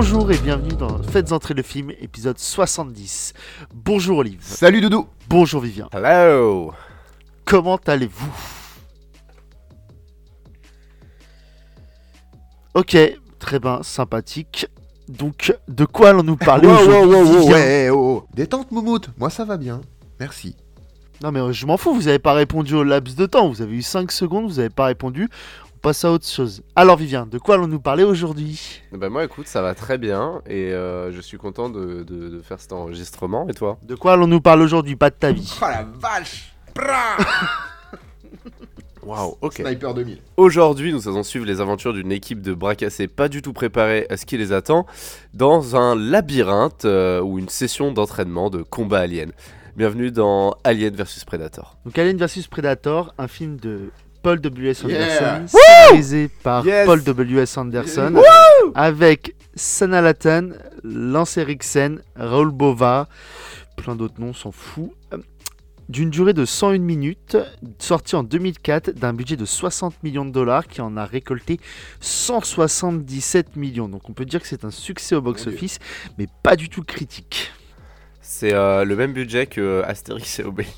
Bonjour et bienvenue dans Faites entrer le film, épisode 70. Bonjour Olive. Salut Doudou. Bonjour Vivien. Hello. Comment allez-vous? Ok, très bien, sympathique. Donc, de quoi allons-nous parler aujourd'hui, Vivien? Ouais, détente Moumoute, moi ça va bien, merci. Non mais je m'en fous, vous n'avez pas répondu au laps de temps, vous avez eu 5 secondes, vous n'avez pas répondu, on passe à autre chose. Alors Vivien, de quoi allons-nous parler aujourd'hui? Bah moi écoute, ça va très bien et je suis content de faire cet enregistrement. Et toi? De quoi allons-nous parler aujourd'hui? Pas de ta vie. Oh la vache. Waouh, ok. Sniper 2000. Aujourd'hui, nous allons suivre les aventures d'une équipe de bras cassés pas du tout préparée à ce qui les attend dans un labyrinthe ou une session d'entraînement de combat alien. Bienvenue dans Alien vs Predator. Donc Alien vs Predator, un film de Paul W.S. Yeah. Anderson, scénarisé par Yes. Paul W.S. Anderson, avec Sanaa Lathan, Lance Henriksen, Raoul Bova, plein d'autres noms, on s'en fout. D'une durée de 101 minutes, sorti en 2004, d'un budget de 60 millions de dollars, qui en a récolté 177 millions. Donc on peut dire que c'est un succès au box-office, mais pas du tout critique. C'est le même budget que Astérix et Obélix.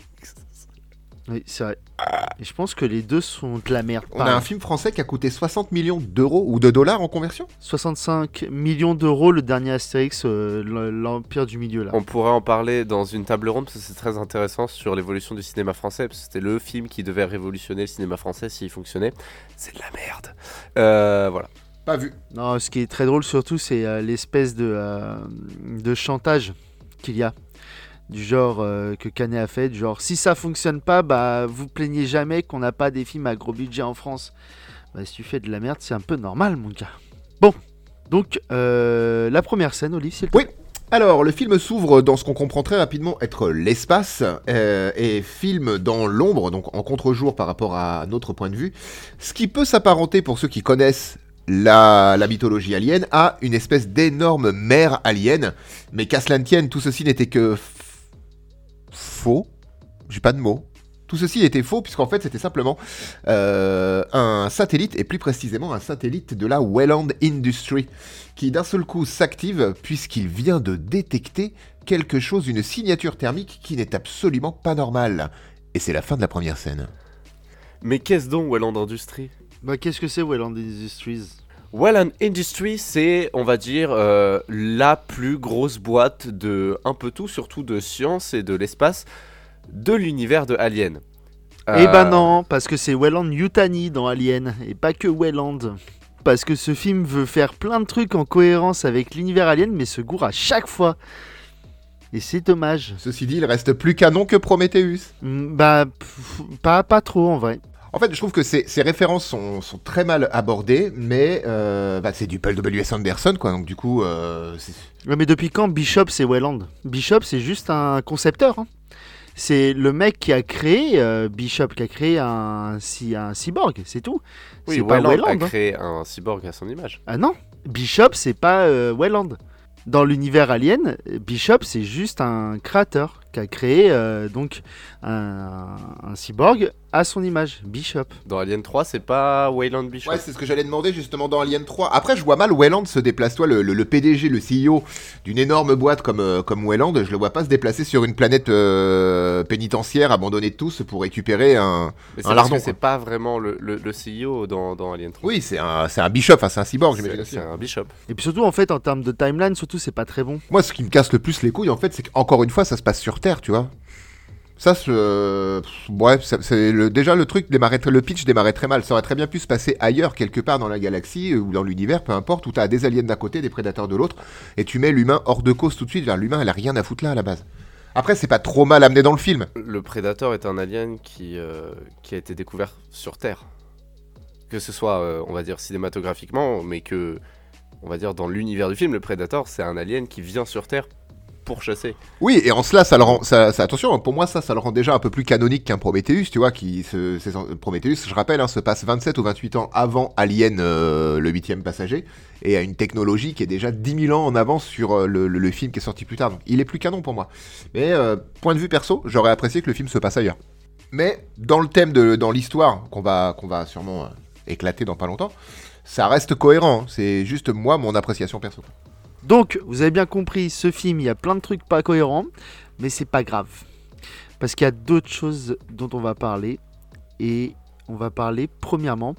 Oui, c'est vrai. Et je pense que les deux sont de la merde. On a un film français qui a coûté 60 millions d'euros ou de dollars en conversion. 65 millions d'euros, le dernier Astérix, l'Empire du Milieu, là. On pourrait en parler dans une table ronde parce que c'est très intéressant sur l'évolution du cinéma français, parce que c'était le film qui devait révolutionner le cinéma français s'il fonctionnait. C'est de la merde. Voilà. Pas vu. Non, ce qui est très drôle surtout, c'est l'espèce de chantage qu'il y a. Du genre que Canet a fait, du genre si ça fonctionne pas, bah vous plaignez jamais qu'on n'a pas des films à gros budget en France. Bah si tu fais de la merde, c'est un peu normal mon gars. Bon, donc la première scène, Olive, s'il te plaît. Oui. Alors, le film s'ouvre dans ce qu'on comprend très rapidement être l'espace et filme dans l'ombre, donc en contre-jour par rapport à notre point de vue, ce qui peut s'apparenter pour ceux qui connaissent la mythologie alien à une espèce d'énorme mer alien, mais qu'à cela ne tienne, tout ceci n'était que faux, j'ai pas de mots. Tout ceci était faux puisqu'en fait c'était simplement un satellite, et plus précisément un satellite de la Welland Industries, qui d'un seul coup s'active puisqu'il vient de détecter quelque chose, une signature thermique qui n'est absolument pas normale. Et c'est la fin de la première scène. Mais qu'est-ce donc Welland Industries? Bah qu'est-ce que c'est Welland Industries? Welland Industries, c'est, on va dire, la plus grosse boîte de un peu tout, surtout de science et de l'espace, de l'univers de Alien. Eh ben non, parce que c'est Welland Yutani dans Alien, et pas que Welland. Parce que ce film veut faire plein de trucs en cohérence avec l'univers Alien, mais se gourre à chaque fois. Et c'est dommage. Ceci dit, il reste plus canon que Prometheus. Bah, pas trop en vrai. En fait, je trouve que ces références sont très mal abordées, mais c'est du Paul W.S. Anderson, quoi. Donc du coup, Ouais, mais depuis quand Bishop c'est Welland? Bishop c'est juste un concepteur. Hein. C'est le mec qui a créé Bishop, qui a créé un cyborg, c'est tout. Oui, C'est pas Welland a Welland. Hein. créé un cyborg à son image. Ah non, Bishop c'est pas Welland. Dans l'univers Alien, Bishop c'est juste un créateur qui a créé donc un cyborg à son image, Bishop. Dans Alien 3, c'est pas Weyland Bishop. ouais, c'est ce que j'allais demander justement dans Alien 3. Après, je vois mal Welland se déplacer, toi, le PDG, le CEO d'une énorme boîte comme Welland, je le vois pas se déplacer sur une planète pénitentiaire abandonnée de tous pour récupérer un Mais c'est parce lardon. que c'est pas vraiment le CEO dans Alien 3. Oui, c'est un Bishop, enfin c'est un cyborg, j'imagine aussi. C'est un Bishop. Et puis surtout en fait en termes de timeline, surtout c'est pas très bon. Moi, ce qui me casse le plus les couilles, en fait, c'est qu'encore une fois, ça se passe sur Terre, tu vois. Ça, déjà le truc le pitch démarrait très mal. Ça aurait très bien pu se passer ailleurs, quelque part dans la galaxie ou dans l'univers, peu importe, où t'as des aliens d'un côté, des prédateurs de l'autre, et tu mets l'humain hors de cause tout de suite. L'humain, elle a rien à foutre là à la base. Après, c'est pas trop mal amené dans le film. Le Predator est un alien qui a été découvert sur Terre. Que ce soit, on va dire, cinématographiquement, mais que, on va dire, dans l'univers du film, le Predator, c'est un alien qui vient sur Terre pour chasser. Oui, et en cela, ça le rend. Attention, pour moi, ça le rend déjà un peu plus canonique qu'un Prometheus, tu vois. Prometheus, je rappelle, se passe 27 ou 28 ans avant Alien, le 8e passager, et a une technologie qui est déjà 10 000 ans en avance sur le film qui est sorti plus tard. Donc, il est plus canon pour moi. Mais, point de vue perso, j'aurais apprécié que le film se passe ailleurs. Mais, dans le thème dans l'histoire, qu'on va sûrement éclater dans pas longtemps, ça reste cohérent. C'est juste moi, mon appréciation perso. Donc, vous avez bien compris, ce film, il y a plein de trucs pas cohérents, mais c'est pas grave. Parce qu'il y a d'autres choses dont on va parler. Et on va parler, premièrement,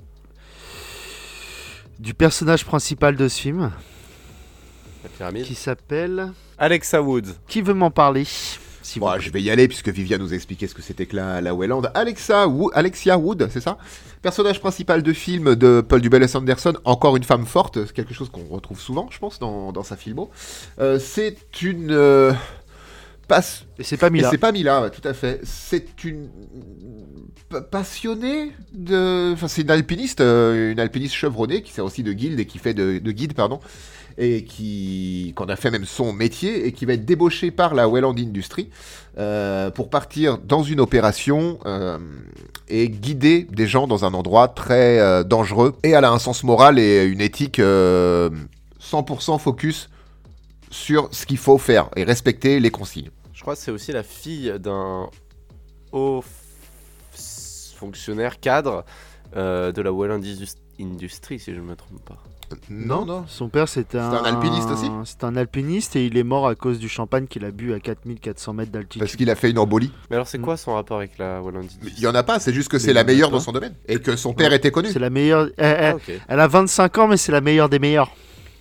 du personnage principal de ce film, La pyramide. qui s'appelle... Alexa Wood. Qui veut m'en parler s'il vous Bon, plaît. je vais y aller puisque Viviane nous expliquait ce que c'était que la Wayland. Alexia Wood, c'est ça? Personnage principal de film de Paul W.S. Anderson, encore une femme forte, c'est quelque chose qu'on retrouve souvent, je pense, dans sa filmo. C'est une... Et c'est pas Et Mila. c'est pas Mila, ouais, tout à fait. C'est une passionnée de... Enfin, c'est une alpiniste chevronnée qui sert aussi de guide et qui fait de guide, pardon, et qu'on a fait même son métier et qui va être débauchée par la Wayland Industries pour partir dans une opération et guider des gens dans un endroit très dangereux. Et elle a un sens moral et une éthique 100% focus sur ce qu'il faut faire et respecter les consignes. Je crois que c'est aussi la fille d'un haut fonctionnaire cadre de la Wayland Industries, si je ne me trompe pas. Non. Son père, c'était un alpiniste aussi. C'était un alpiniste et il est mort à cause du champagne qu'il a bu à 4400 mètres d'altitude. Parce qu'il a fait une embolie. Mais alors, c'est quoi son rapport avec la Wayland Industries? Il y en a pas, c'est juste que Mais c'est il y la en a meilleure pas. dans son domaine. Et que son père était connu. C'est la meilleure. Ah, ok. Elle a 25 ans, mais c'est la meilleure des meilleures.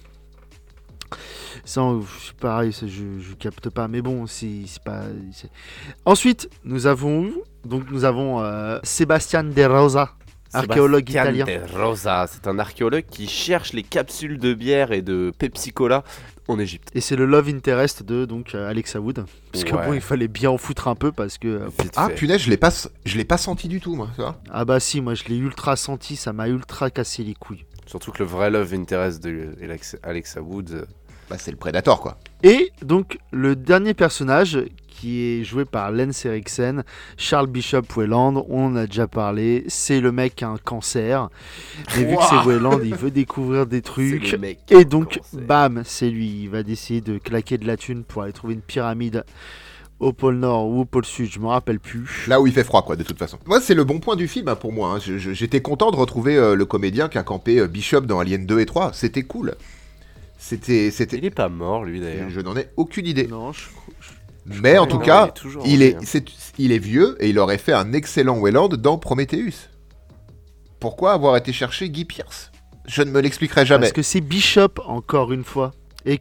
C'est pareil, je capte pas. Mais bon, c'est pas. Ensuite, nous avons Sébastien De Rosa, archéologue Sebastian italien. De Rosa, c'est un archéologue qui cherche les capsules de bière et de Pepsi Cola en Égypte. Et c'est le love interest de Alexa Wood. Parce que Ouais. bon, il fallait bien en foutre un peu parce que. Vite Ah fait. punaise, je l'ai pas senti du tout, moi. Tu vois. Ah bah si, moi je l'ai ultra senti, ça m'a ultra cassé les couilles. Surtout que le vrai love interest de Alexa Wood, Bah, c'est le Predator, quoi. Et donc le dernier personnage qui est joué par Lance Henriksen, Charles Bishop Wayland, on en a déjà parlé, c'est le mec qui a un cancer. Mais vu que c'est Wayland, il veut découvrir des c'est trucs. le mec qui a Et un donc, cancer. bam, c'est lui, il va décider de claquer de la thune pour aller trouver une pyramide au pôle Nord ou au pôle Sud, je me rappelle plus. Là où il fait froid, quoi, de toute façon. Moi, c'est le bon point du film, hein, pour moi. Hein. J'étais content de retrouver le comédien qui a campé Bishop dans Alien 2 et 3. C'était cool. C'était... Il est pas mort, lui, d'ailleurs. Je n'en ai aucune idée. Non, Mais en tout Non, cas, il est toujours il en est, vie, hein. il est vieux et il aurait fait un excellent Wayland dans Prometheus. Pourquoi avoir été chercher Guy Pearce? Je ne me l'expliquerai jamais. parce que c'est Bishop, encore une fois. Et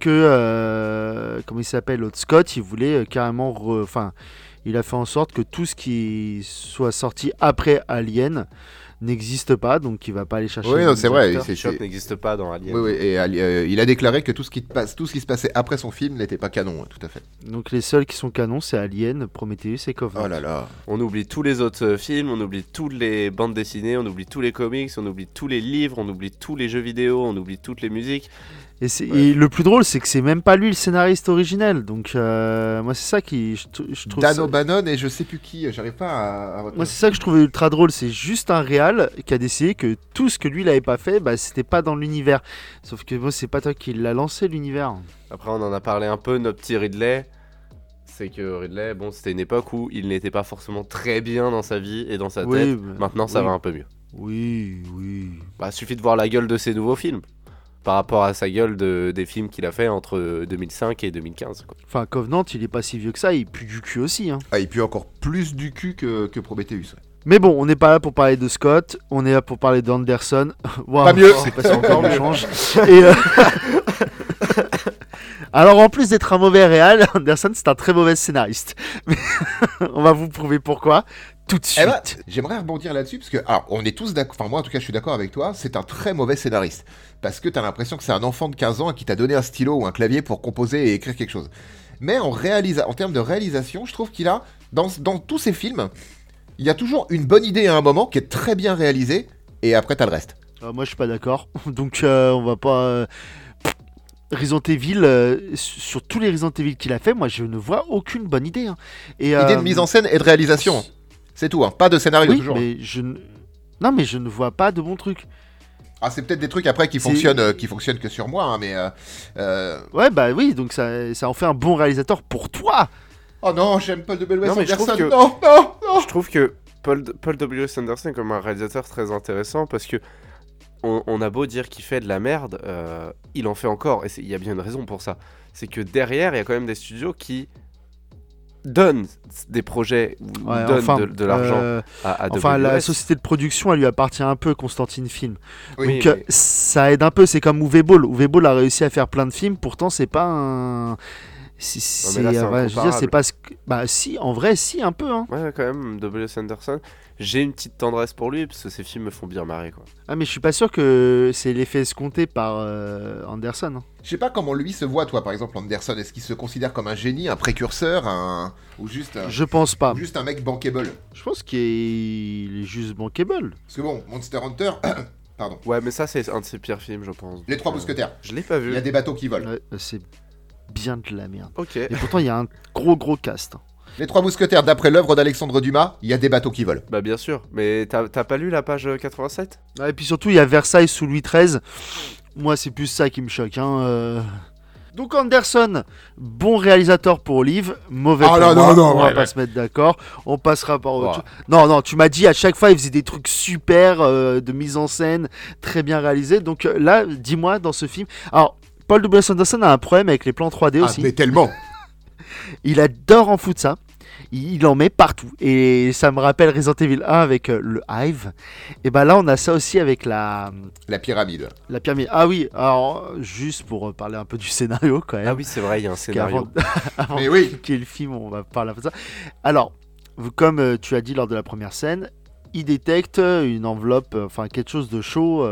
que, comment il s'appelle, l'autre Scott, il voulait carrément... Enfin, il a fait en sorte que tout ce qui soit sorti après Alien n'existe pas, donc il va pas aller chercher... Oui, les non, c'est vrai. acteurs. c'est- Bishop n'existe pas dans Alien. Oui, oui, et il a déclaré que tout ce qui se passait après son film n'était pas canon, hein, tout à fait. Donc les seuls qui sont canons, c'est Alien, Prometheus et Covenant. Oh là là. On oublie tous les autres films, on oublie toutes les bandes dessinées, on oublie tous les comics, on oublie tous les livres, on oublie tous les jeux vidéo, on oublie toutes les musiques. Et le plus drôle, c'est que c'est même pas lui le scénariste originel. Donc moi, c'est ça qui... Je trouve Dan ça... O'Bannon et je sais plus qui, j'arrive pas à Moi, retrouver. c'est ça que je trouvais ultra drôle. C'est juste un réal qui a décidé que tout ce que lui, il avait pas fait, bah, c'était pas dans l'univers. Sauf que bon, c'est pas toi qui l'a lancé, l'univers. Après, on en a parlé un peu, notre petit Ridley. C'est que Ridley, bon, c'était une époque où il n'était pas forcément très bien dans sa vie et dans sa Oui, tête. mais- Maintenant, ça oui. va un peu mieux. Oui, oui. Bah, suffit de voir la gueule de ses nouveaux films. Par rapport à sa gueule des films qu'il a fait entre 2005 et 2015. Quoi. Enfin, Covenant, il est pas si vieux que ça. Il pue du cul aussi. Hein. Ah, il pue encore plus du cul que Prometheus. Ouais. Mais bon, on n'est pas là pour parler de Scott. On est là pour parler d'Anderson. Waouh, Pas mieux. C'est passé encore mieux. Change. Et alors, en plus d'être un mauvais réal, Anderson, c'est un très mauvais scénariste. Mais on va vous prouver pourquoi tout de suite. Eh ben, j'aimerais rebondir là-dessus, parce que, alors, on est tous d'accord, enfin, moi en tout cas, je suis d'accord avec toi, c'est un très mauvais scénariste. Parce que t'as l'impression que c'est un enfant de 15 ans qui t'a donné un stylo ou un clavier pour composer et écrire quelque chose. Mais en termes de réalisation, je trouve qu'il a, dans tous ses films, il y a toujours une bonne idée à un moment qui est très bien réalisée, et après, t'as le reste. Moi, je suis pas d'accord. Donc, on va pas. Resident Evil, sur tous les Resident Evil qu'il a fait, moi, je ne vois aucune bonne idée. Hein. Et, Idée de mise en scène et de réalisation. C'est tout, hein. Pas de scénario oui, toujours. mais non, mais je ne vois pas de bons trucs. Ah, c'est peut-être des trucs après qui fonctionnent que sur moi, hein, mais. Ouais, bah oui, donc ça en fait un bon réalisateur pour toi. Oh non, j'aime Paul W.S. Non, mais je trouve Anderson. que- Non, non, non. Je trouve que Paul W. Anderson est comme un réalisateur très intéressant parce que on a beau dire qu'il fait de la merde, il en fait encore, et il y a bien une raison pour ça. C'est que derrière, il y a quand même des studios qui donnent des projets, ou donnent de l'argent à WS. Enfin, la société de production, elle lui appartient un peu, Constantine Film. Oui, Donc ça aide un peu, c'est comme Uwe Boll. Uwe Boll a réussi à faire plein de films, pourtant c'est pas un... mais là, c'est je veux dire, c'est pas... Bah si, en vrai, si, un peu. Hein. Ouais, quand même, W.S. Anderson. J'ai une petite tendresse pour lui, parce que ses films me font bien marrer, quoi. Ah, mais je suis pas sûr que c'est l'effet escompté par Anderson. Hein. Je sais pas comment lui se voit, toi, par exemple, Anderson. Est-ce qu'il se considère comme un génie, un précurseur, ou juste Je pense pas. ou juste un mec bankable? Je pense qu'il est juste bankable. Parce que bon, Monster Hunter... Pardon. Ouais, mais ça, c'est un de ses pires films, je pense. Les Trois Mousquetaires. Je l'ai pas vu. Il y a des bateaux qui volent. Ouais, c'est bien de la merde. Ok. Et pourtant, il y a un gros cast. Les Trois Mousquetaires, d'après l'œuvre d'Alexandre Dumas, il y a des bateaux qui volent. Bah bien sûr, mais t'as pas lu la page 87 ? Et puis surtout, il y a Versailles sous Louis XIII. Moi, c'est plus ça qui me choque. Hein. Donc Anderson, bon réalisateur pour Olive, mauvais pour moi. On va pas se mettre d'accord. On passera par autre chose. Non, tu m'as dit à chaque fois, il faisait des trucs super de mise en scène, très bien réalisés. Donc là, dis-moi dans ce film... Alors, Paul W.S. Anderson a un problème avec les plans 3D aussi. Mais tellement. Il adore en foutre ça. Il en met partout. Et ça me rappelle Resident Evil 1 avec le Hive. Et ben là, on a ça aussi avec la pyramide. La pyramide. Ah oui, alors juste pour parler un peu du scénario quand même. Ah oui, c'est vrai, il y a un scénario. Avant Mais oui. de le film, on va parler un peu de ça. Alors, comme tu as dit lors de la première scène, il détecte une enveloppe, enfin quelque chose de chaud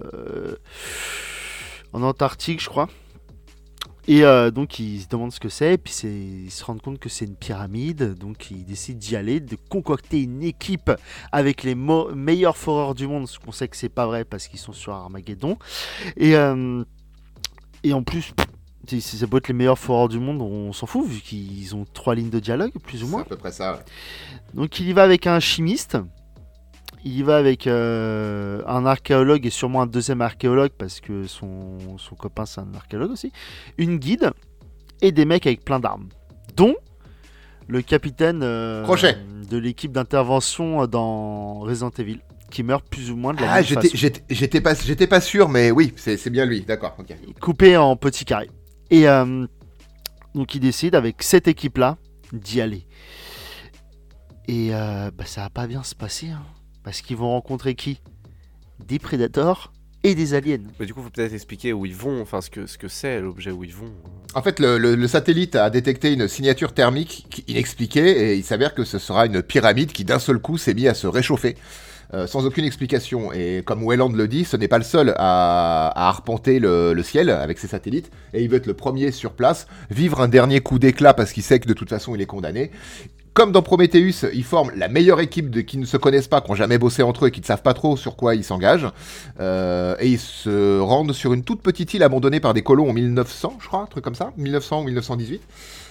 en Antarctique, je crois. Et donc il se demande ce que c'est, et puis il se rend compte que c'est une pyramide, donc il décide d'y aller, de concocter une équipe avec les meilleurs foreurs du monde, ce qu'on sait que c'est pas vrai parce qu'ils sont sur Armageddon. Et en plus, ça peut être les meilleurs foreurs du monde, on s'en fout, vu qu'ils ont 3 lignes de dialogue, plus ou moins. C'est à peu près ça, ouais. Donc il y va avec un chimiste. Il y va avec un archéologue et sûrement un deuxième archéologue parce que son copain c'est un archéologue aussi. Une guide et des mecs avec plein d'armes. Dont le capitaine Crochet de l'équipe d'intervention dans Resident Evil qui meurt plus ou moins de la même façon. J'étais pas sûr, mais oui, c'est bien lui, d'accord. Okay. Coupé en petits carrés. Et donc il décide avec cette équipe-là d'y aller. Et ça va pas bien se passer, hein. Parce qu'ils vont rencontrer qui ? Des prédateurs et des aliens. Mais du coup, faut peut-être expliquer où ils vont, enfin ce que c'est l'objet où ils vont. En fait, le satellite a détecté une signature thermique inexpliquée et il s'avère que ce sera une pyramide qui d'un seul coup s'est mise à se réchauffer. Sans aucune explication. Et comme Weyland le dit, ce n'est pas le seul à arpenter le ciel avec ses satellites. Et il veut être le premier sur place, vivre un dernier coup d'éclat parce qu'il sait que de toute façon il est condamné. Comme dans Prometheus, ils forment la meilleure équipe qui ne se connaissent pas, qui n'ont jamais bossé entre eux et qui ne savent pas trop sur quoi ils s'engagent. Et ils se rendent sur une toute petite île abandonnée par des colons en 1900, je crois, un truc comme ça, 1900 ou 1918.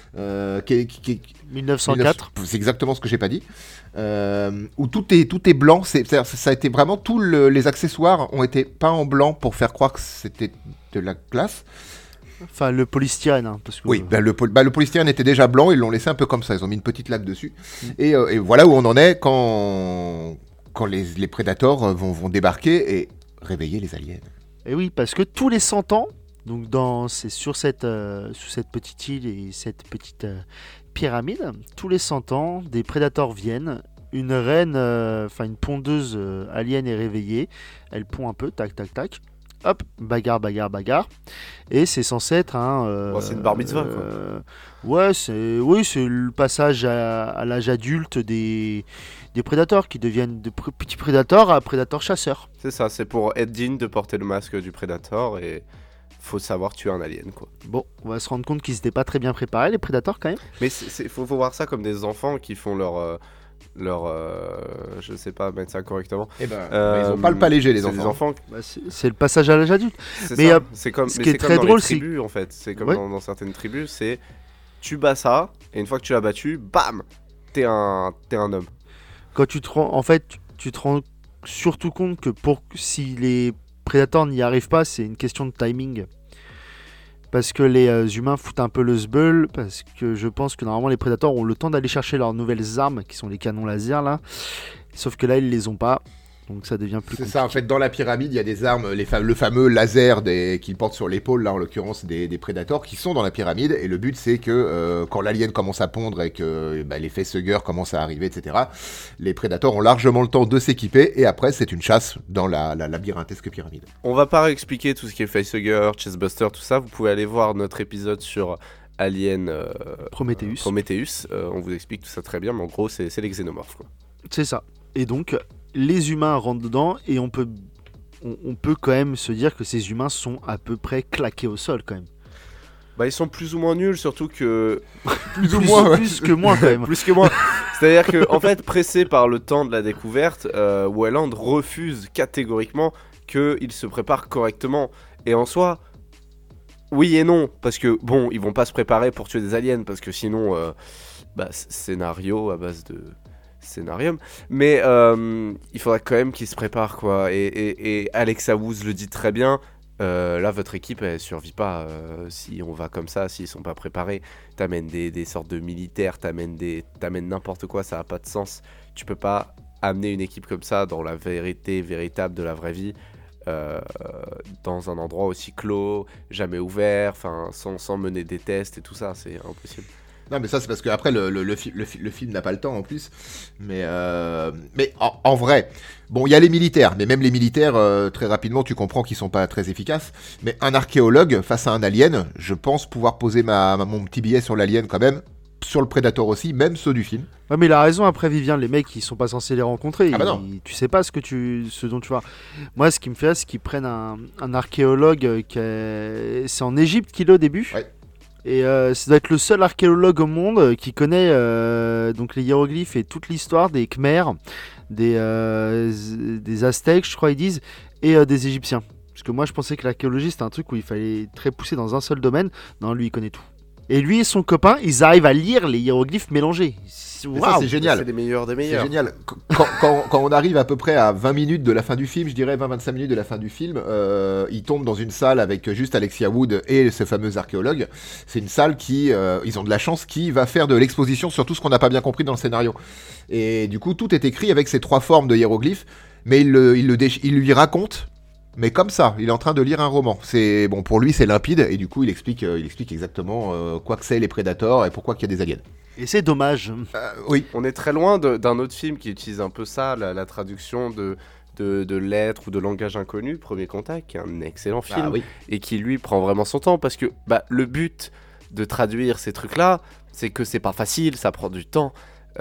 1904. C'est exactement ce que j'ai pas dit. Où tout est blanc. Ça a été vraiment tous les accessoires ont été peints en blanc pour faire croire que c'était de la glace. Enfin, le polystyrène. Hein, parce que... Oui, le polystyrène était déjà blanc, ils l'ont laissé un peu comme ça, ils ont mis une petite laque dessus. Et voilà où on en est quand les prédateurs vont débarquer et réveiller les aliens. Et oui, parce que tous les 100 ans, donc c'est sur cette petite île et cette petite pyramide, tous les 100 ans, des prédateurs viennent. Une reine, une pondeuse alien est réveillée. Elle pond un peu, tac, tac, tac. Hop, bagarre. Et c'est censé être c'est une bar mitzvah, quoi. Ouais, c'est le passage à l'âge adulte des prédateurs qui deviennent de petits prédateurs à prédateurs chasseurs. C'est ça, c'est pour être digne de porter le masque du prédateur et faut savoir tuer un alien, quoi. Bon, on va se rendre compte qu'ils n'étaient pas très bien préparés, les prédateurs, quand même. Mais faut voir ça comme des enfants qui font leur je sais pas mettre ça correctement. Ils ont pas le pas léger, les enfants. Des enfants. C'est le passage à l'âge adulte. Mais c'est comme ce qui est très comme dans drôle, les tribus, en fait. C'est comme dans certaines tribus, c'est tu bats ça et une fois que tu l'as battu, bam, t'es un homme. Quand tu te rends surtout compte que si les prédateurs n'y arrivent pas, c'est une question de timing. Parce que les humains foutent un peu le sbeul, parce que je pense que normalement les prédateurs ont le temps d'aller chercher leurs nouvelles armes, qui sont les canons laser là. Sauf que là ils les ont pas. Donc ça devient plus C'est compliqué. ça, en fait, dans la pyramide, il y a des armes, le fameux laser qu'ils portent sur l'épaule, là en l'occurrence des prédateurs, qui sont dans la pyramide, et le but c'est que quand l'alien commence à pondre et que les facehuggers commencent à arriver, etc., les prédateurs ont largement le temps de s'équiper, et après c'est une chasse dans la labyrinthesque pyramide. On va pas réexpliquer tout ce qui est facehugger, chestbuster, tout ça. Vous pouvez aller voir notre épisode sur Alien Prometheus. On vous explique tout ça très bien, mais en gros, c'est les xénomorphes, quoi. C'est ça. Et donc, les humains rentrent dedans et on peut quand même se dire que ces humains sont à peu près claqués au sol quand même. Bah, ils sont plus ou moins nuls, surtout que... Plus ou moins, ouais. Plus que moins quand même. Plus que moi. C'est-à-dire que, en fait, pressé par le temps de la découverte, Weyland refuse catégoriquement qu'il se prépare correctement. Et en soi, oui et non, parce que bon, ils vont pas se préparer pour tuer des aliens, parce que sinon, scénario à base de scénarium. Mais il faudra quand même qu'ils se préparent, quoi. Et Alexa Woods le dit très bien. Là, votre équipe, elle survit pas si on va comme ça, s'ils sont pas préparés. T'amènes des sortes de militaires, t'amènes n'importe quoi, ça a pas de sens. Tu peux pas amener une équipe comme ça dans la vérité véritable de la vraie vie, dans un endroit aussi clos, jamais ouvert, sans mener des tests et tout ça, c'est impossible. Non, mais ça, c'est parce qu'après, le film n'a pas le temps en plus. Mais en vrai, bon, il y a les militaires, mais même les militaires, très rapidement, tu comprends qu'ils sont pas très efficaces. Mais un archéologue face à un alien, je pense pouvoir poser mon petit billet sur l'alien quand même, sur le Predator aussi, même ceux du film. Ouais, mais il a raison, après Vivien, les mecs ils sont pas censés les rencontrer. Ah bah non. Tu sais pas ce dont tu vas. Moi, ce qui me fait, c'est qu'ils prennent un archéologue c'est en Égypte qu'il est au début. Ouais. Et ça doit être le seul archéologue au monde qui connaît donc les hiéroglyphes et toute l'histoire des Khmers, des Aztèques, je crois ils disent, et des Égyptiens. Parce que moi je pensais que l'archéologie c'était un truc où il fallait très pousser dans un seul domaine. Non, lui il connaît tout. Et lui et son copain, ils arrivent à lire les hiéroglyphes mélangés. Mais ça, c'est génial. C'est des meilleurs des meilleurs. C'est génial. Quand on arrive à peu près à 20 minutes de la fin du film, je dirais 20-25 minutes de la fin du film, ils tombent dans une salle avec juste Alexia Wood et ce fameux archéologue. C'est une salle qui, ils ont de la chance, qui va faire de l'exposition sur tout ce qu'on n'a pas bien compris dans le scénario. Et du coup, tout est écrit avec ces 3 formes de hiéroglyphes, mais il lui raconte. Mais comme ça, il est en train de lire un roman. C'est bon pour lui, c'est limpide et du coup, il explique exactement quoi que c'est les prédateurs et pourquoi qu'il y a des aliens. Et c'est dommage. Oui. On est très loin d'un autre film qui utilise un peu ça, la traduction de lettres ou de langage inconnu, Premier Contact, qui est un excellent film, Ah oui. et qui lui prend vraiment son temps, parce que le but de traduire ces trucs-là, c'est que c'est pas facile, ça prend du temps.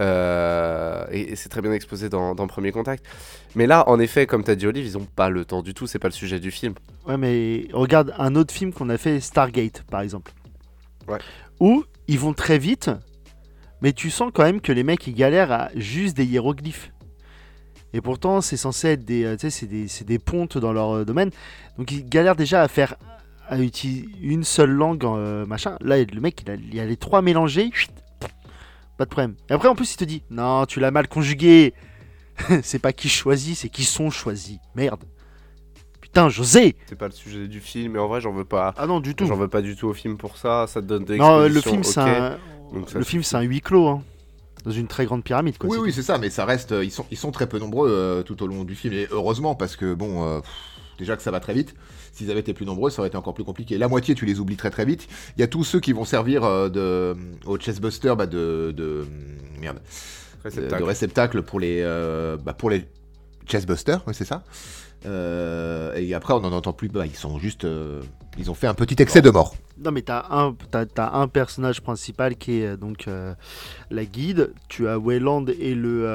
Et c'est très bien exposé dans Premier Contact. Mais là, en effet, comme t'as dit Olive, ils ont pas le temps du tout, c'est pas le sujet du film. Ouais, mais regarde un autre film qu'on a fait, Stargate par exemple. Ouais. Où ils vont très vite, mais tu sens quand même que les mecs ils galèrent à juste des hiéroglyphes. Et pourtant, c'est censé être c'est des pontes dans leur domaine. Donc ils galèrent déjà à utiliser une seule langue, machin. Là, le mec, il y a les 3 mélangés. Chut, pas de problème. Et après, en plus, il te dit non, tu l'as mal conjugué. C'est pas qui choisit, c'est qui sont choisis. Merde. Putain, José. C'est pas le sujet du film, mais en vrai, j'en veux pas. Ah non, du tout. J'en veux pas du tout au film pour ça. Ça te donne des Non, expositions. le film, c'est un huis clos, hein, dans une très grande pyramide, quoi. Oui, c'est ça, mais ça reste. Ils sont très peu nombreux tout au long du film, et heureusement, parce que bon, déjà que ça va très vite. S'ils avaient été plus nombreux, ça aurait été encore plus compliqué. La moitié, tu les oublies très très vite. Il y a tous ceux qui vont servir au chestbuster de réceptacle pour les chestbusters, ouais, c'est ça. Et après, on n'en entend plus. Ils sont juste. Ils ont fait un petit excès de mort. Non, mais t'as un personnage principal qui est donc la guide. Tu as Weyland et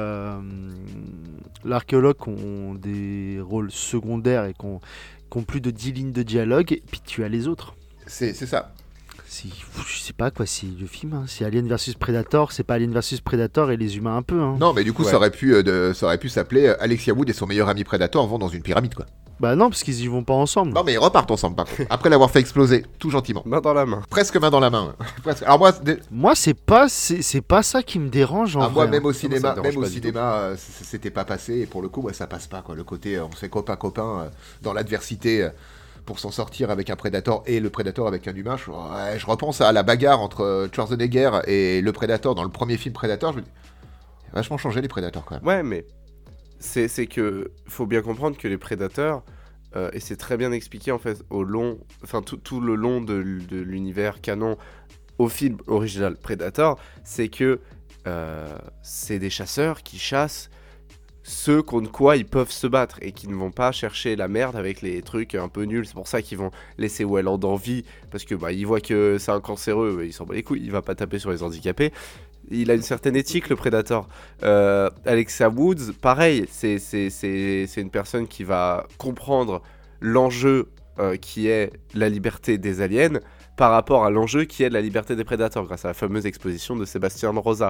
l'archéologue qui ont des rôles secondaires et qui ont plus de 10 lignes de dialogue. Et puis tu as les autres. C'est ça. Je sais pas quoi, c'est le film. Hein. C'est Alien vs Predator, c'est pas Alien vs Predator et les humains un peu. Hein. Non, mais du coup, Ouais. ça aurait pu s'appeler Alexia Wood et son meilleur ami Predator vont dans une pyramide, quoi. Bah non, parce qu'ils y vont pas ensemble. Non, mais ils repartent ensemble, par contre. Après l'avoir fait exploser, tout gentiment. Main dans la main. Presque main dans la main. Presque. Alors Moi, c'est pas ça qui me dérange en vrai. moi, même hein. au cinéma, ça me dérange pas du c'était pas passé. Et pour le coup, ça passe pas, quoi. Le côté, on s'est copain dans l'adversité. Pour s'en sortir avec un Predator et le Predator avec un humain, je repense à la bagarre entre Schwarzenegger et le Predator dans le premier film Predator. Je me dis, il a vachement changé les Predators quand même. Ouais, mais c'est que faut bien comprendre que les prédateurs, et c'est très bien expliqué en fait tout le long de l'univers canon au film original Predator, c'est que c'est des chasseurs qui chassent ceux contre quoi ils peuvent se battre et qui ne vont pas chercher la merde avec les trucs un peu nuls. C'est pour ça qu'ils vont laisser Wayland en vie, parce que ils voient que c'est un cancéreux, ils s'en bat les couilles, il va pas taper sur les handicapés. Il a une certaine éthique, le Predator. Alexa Woods, pareil, c'est une personne qui va comprendre l'enjeu qui est la liberté des aliens par rapport à l'enjeu qui est la liberté des prédateurs, grâce à la fameuse exposition de Sébastien Rosa.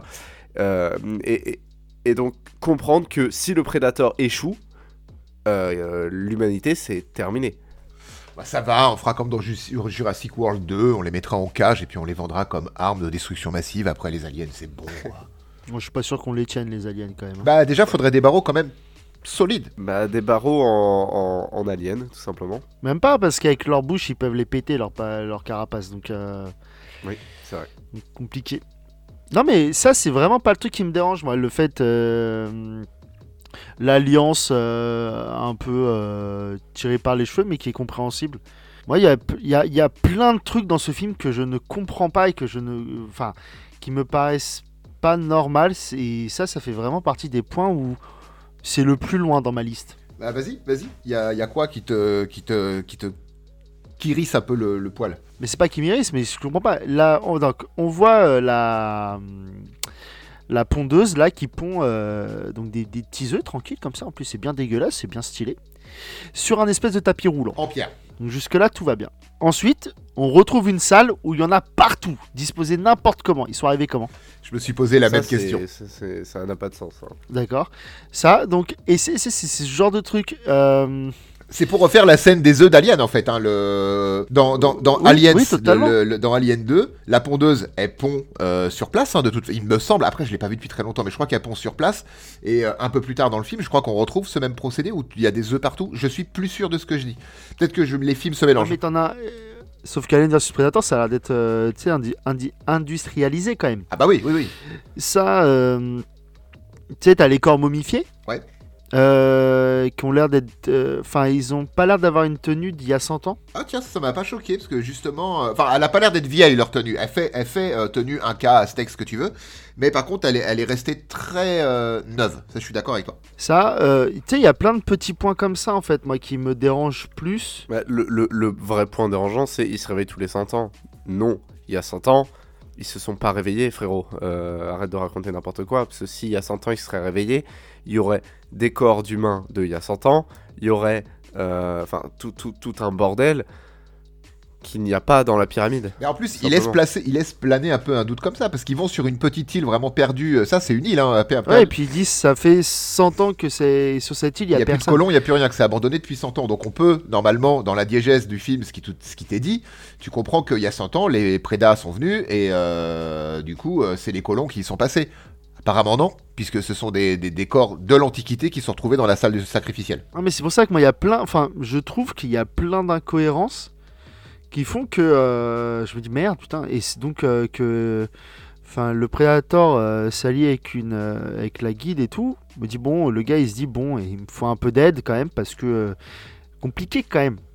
Et donc comprendre que si le Predator échoue, l'humanité c'est terminé. Ça va, on fera comme dans Jurassic World 2, on les mettra en cage et puis on les vendra comme armes de destruction massive après les aliens, c'est bon. Moi je suis pas sûr qu'on les tienne les aliens quand même. Déjà faudrait des barreaux quand même solides. Des barreaux en alien, tout simplement. Même pas, parce qu'avec leur bouche ils peuvent les péter, leur carapace, donc oui, c'est vrai. Compliqué. Non mais ça c'est vraiment pas le truc qui me dérange, moi, le fait l'alliance un peu tirée par les cheveux mais qui est compréhensible. Moi il y a plein de trucs dans ce film que je ne comprends pas et qui me paraissent pas normales, et ça fait vraiment partie des points où c'est le plus loin dans ma liste. Vas-y, il y a quoi qui hérisse un peu le poil? Mais c'est pas qui m'irrisse, mais je comprends pas. Là, on voit la pondeuse là qui pond donc des petits œufs tranquilles comme ça. En plus, c'est bien dégueulasse, c'est bien stylé. Sur un espèce de tapis roulant. En pierre. Donc jusque-là, tout va bien. Ensuite, on retrouve une salle où il y en a partout, disposés n'importe comment. Ils sont arrivés comment? Je me suis posé la même question. Ça n'a pas de sens. Hein. D'accord. Ça, donc, et c'est ce genre de truc. C'est pour refaire la scène des œufs d'Alien en fait. Dans Oui, Aliens, oui, totalement. Dans Alien 2, la pondeuse elle pond sur place. Il me semble. Après, je l'ai pas vu depuis très longtemps, mais je crois qu'elle pond sur place. Et un peu plus tard dans le film, je crois qu'on retrouve ce même procédé où il y a des œufs partout. Je suis plus sûr de ce que je dis. Peut-être que les films se mélangent. Mais t'en as. Sauf qu'Alien vs Predator, ça a l'air d'être industrialisé quand même. Ah bah oui. Ça, tu sais, t'as les corps momifiés. Ouais. Qui ont l'air d'être. Ils ont pas l'air d'avoir une tenue d'il y a 100 ans. Ah tiens, ça m'a pas choqué parce que justement. Elle a pas l'air d'être vieille leur tenue. Elle fait tenue 1K, Aztec, ce que tu veux. Mais par contre, elle est restée très neuve. Ça, je suis d'accord avec toi. Ça, tu sais, il y a plein de petits points comme ça en fait, moi, qui me dérangent plus. Le vrai point dérangeant, c'est qu'ils se réveillent tous les 100 ans. Non, il y a 100 ans. Ils se sont pas réveillés, frérot. Arrête de raconter n'importe quoi. Parce que s'il y a 100 ans, ils se seraient réveillés, il y aurait des corps d'humains il y a 100 ans. Il y aurait tout un bordel qu'il n'y a pas dans la pyramide. Mais en plus, il laisse planer un peu un doute comme ça. Parce qu'ils vont sur une petite île vraiment perdue. Ça, c'est une île. Hein, ouais, et puis ils disent ça fait 100 ans que c'est sur cette île, il y a personne. Il n'y a plus de colons, il n'y a plus rien, que c'est abandonné depuis 100 ans. Donc on peut, normalement, dans la diégèse du film, ce qui t'est dit, tu comprends qu'il y a 100 ans, les prédas sont venus et du coup, c'est les colons qui y sont passés. Apparemment non, puisque ce sont des corps de l'Antiquité qui sont retrouvés dans la salle sacrificielle. Ah, mais c'est pour ça que moi, je trouve qu'il y a plein d'incohérences qui font que je me dis merde, putain, et c'est donc que le Predator s'allie avec la guide et tout. Je me dis bon, le gars il se dit bon, il me faut un peu d'aide quand même parce que compliqué quand même.